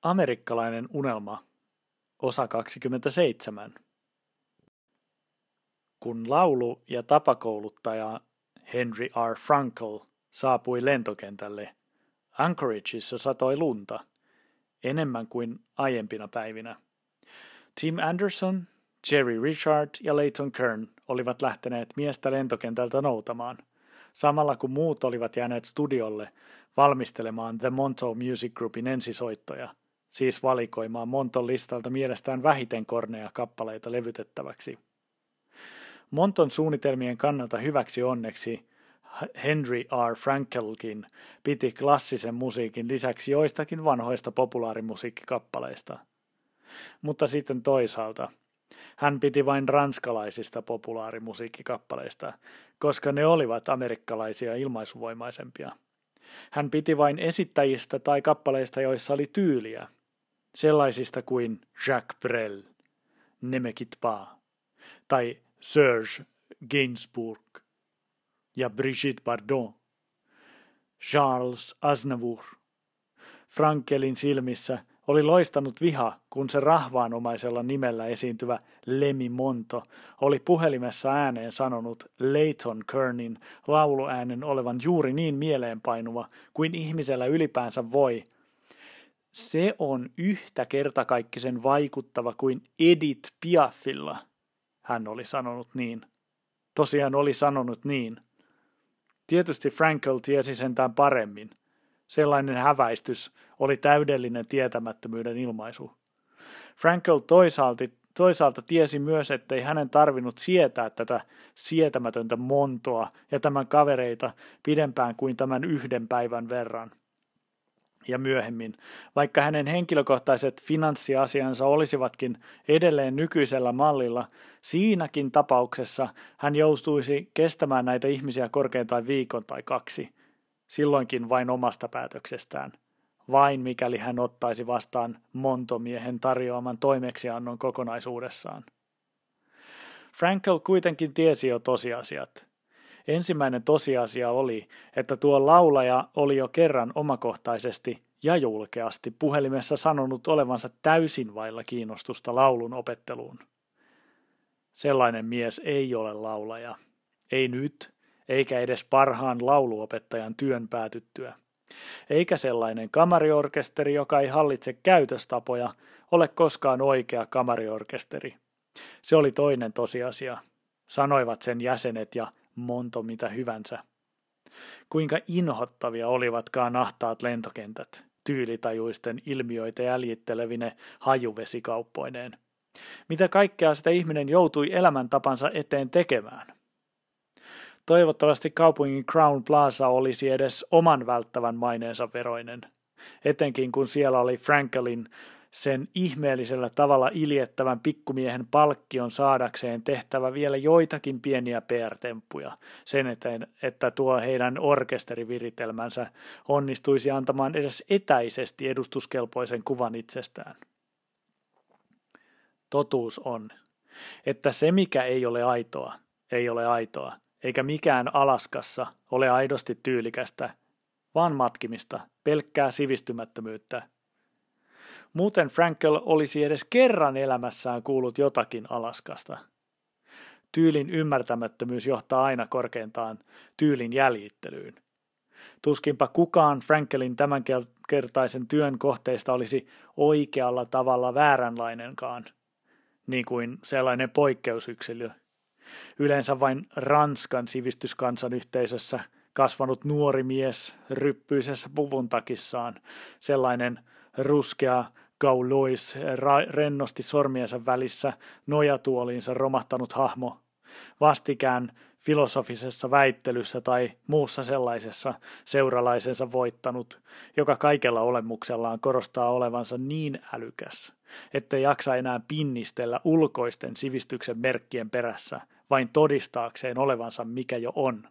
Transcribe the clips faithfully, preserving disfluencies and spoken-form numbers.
Amerikkalainen unelma, osa kaksikymmentäseitsemän. Kun laulu- ja tapakouluttaja Henry R. Frankel saapui lentokentälle, Anchorageissa satoi lunta, enemmän kuin aiempina päivinä. Tim Anderson, Jerry Richard ja Leighton Kern olivat lähteneet miestä lentokentältä noutamaan, samalla kun muut olivat jääneet studiolle valmistelemaan The Monto Music Groupin ensisoittoja, siis valikoimaan Monton listalta mielestään vähiten korneja kappaleita levytettäväksi. Monton suunnitelmien kannalta hyväksi onneksi Henry R. Frankelkin piti klassisen musiikin lisäksi joistakin vanhoista populaarimusiikkikappaleista. Mutta sitten toisaalta hän piti vain ranskalaisista populaarimusiikkikappaleista, koska ne olivat amerikkalaisia ilmaisuvoimaisempia. Hän piti vain esittäjistä tai kappaleista, joissa oli tyyliä, sellaisista kuin Jacques Brel, Ne me quitte pas, tai Serge Gainsbourg ja Brigitte Bardot, Charles Aznavour. Frankelin silmissä oli loistanut viha, kun se rahvaanomaisella nimellä esiintyvä Lemmy Monto oli puhelimessa ääneen sanonut Leighton Kernin lauluäänen olevan juuri niin mieleenpainuva kuin ihmisellä ylipäänsä voi. Se on yhtä kertakaikkisen vaikuttava kuin Edith Piafilla, hän oli sanonut niin. Tosiaan oli sanonut niin. Tietysti Frankel tiesi sentään paremmin. Sellainen häväistys oli täydellinen tietämättömyyden ilmaisu. Frankel toisaalta, toisaalta tiesi myös, ettei hänen tarvinnut sietää tätä sietämätöntä Montoa ja tämän kavereita pidempään kuin tämän yhden päivän verran. Ja myöhemmin, vaikka hänen henkilökohtaiset finanssiasiansa olisivatkin edelleen nykyisellä mallilla, siinäkin tapauksessa hän joutuisi kestämään näitä ihmisiä korkeintaan viikon tai kaksi, silloinkin vain omasta päätöksestään, vain mikäli hän ottaisi vastaan Montomiehen tarjoaman toimeksiannon kokonaisuudessaan. Frankel kuitenkin tiesi jo tosiasiat. Ensimmäinen tosiasia oli, että tuo laulaja oli jo kerran omakohtaisesti ja julkeasti puhelimessa sanonut olevansa täysin vailla kiinnostusta laulun opetteluun. Sellainen mies ei ole laulaja. Ei nyt, eikä edes parhaan lauluopettajan työn päätyttyä. Eikä sellainen kamariorkesteri, joka ei hallitse käytöstapoja, ole koskaan oikea kamariorkesteri. Se oli toinen tosiasia, sanoivat sen jäsenet ja Monto mitä hyvänsä. Kuinka inhottavia olivatkaan ahtaat lentokentät, tyylitajuisten ilmiöitä jäljittelevine hajuvesikauppoineen. Mitä kaikkea sitä ihminen joutui elämäntapansa eteen tekemään? Toivottavasti kaupungin Crown Plaza olisi edes oman välttävän maineensa veroinen, etenkin kun siellä oli Frankelin sen ihmeellisellä tavalla iljettävän pikkumiehen palkkion saadakseen tehtävä vielä joitakin pieniä P R-temppuja sen eteen, että tuo heidän orkesteriviritelmänsä onnistuisi antamaan edes etäisesti edustuskelpoisen kuvan itsestään. Totuus on, että se mikä ei ole aitoa, ei ole aitoa, eikä mikään Alaskassa ole aidosti tyylikästä, vaan matkimista, pelkkää sivistymättömyyttä. Muuten Frankel olisi edes kerran elämässään kuullut jotakin Alaskasta. Tyylin ymmärtämättömyys johtaa aina korkeintaan tyylin jäljittelyyn. Tuskinpa kukaan Frankelin tämänkertaisen työn kohteista olisi oikealla tavalla vääränlainenkaan, niin kuin sellainen poikkeusyksilö. Yleensä vain Ranskan sivistyskansan yhteisössä kasvanut nuori mies ryppyisessä puvuntakissaan, sellainen ruskea Gaulois rennosti sormiensa välissä nojatuoliinsa romahtanut hahmo, vastikään filosofisessa väittelyssä tai muussa sellaisessa seuralaisensa voittanut, joka kaikella olemuksellaan korostaa olevansa niin älykäs, että jaksa enää pinnistellä ulkoisten sivistyksen merkkien perässä, vain todistaakseen olevansa mikä jo on.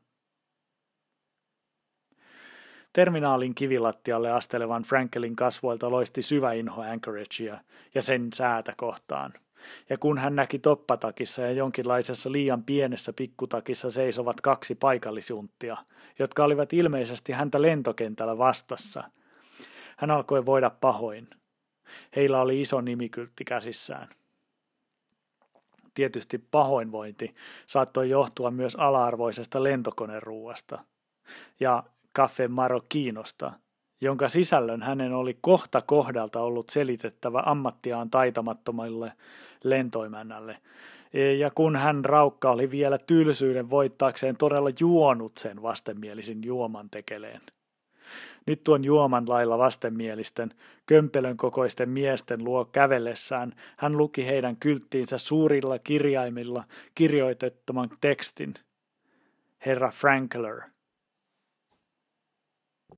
Terminaalin kivilattialle astelevan Frankelin kasvoilta loisti syvä inho Anchoragea ja sen säätä kohtaan. Ja kun hän näki toppatakissa ja jonkinlaisessa liian pienessä pikkutakissa seisovat kaksi paikallisunttia, jotka olivat ilmeisesti häntä lentokentällä vastassa, hän alkoi voida pahoin. Heillä oli iso nimikyltti käsissään. Tietysti pahoinvointi saattoi johtua myös ala-arvoisesta lentokoneruuasta ja Café Marocchinosta, jonka sisällön hänen oli kohta kohdalta ollut selitettävä ammattiaan taitamattomalle lentoimännälle. Ja kun hän raukka oli vielä tylsyyden voittaakseen todella juonut sen vastenmielisin juoman tekeleen. Nyt tuon juoman lailla vastenmielisten, kömpelön kokoisten miesten luo kävellessään hän luki heidän kylttiinsä suurilla kirjaimilla kirjoitettoman tekstin. Herra Frankler,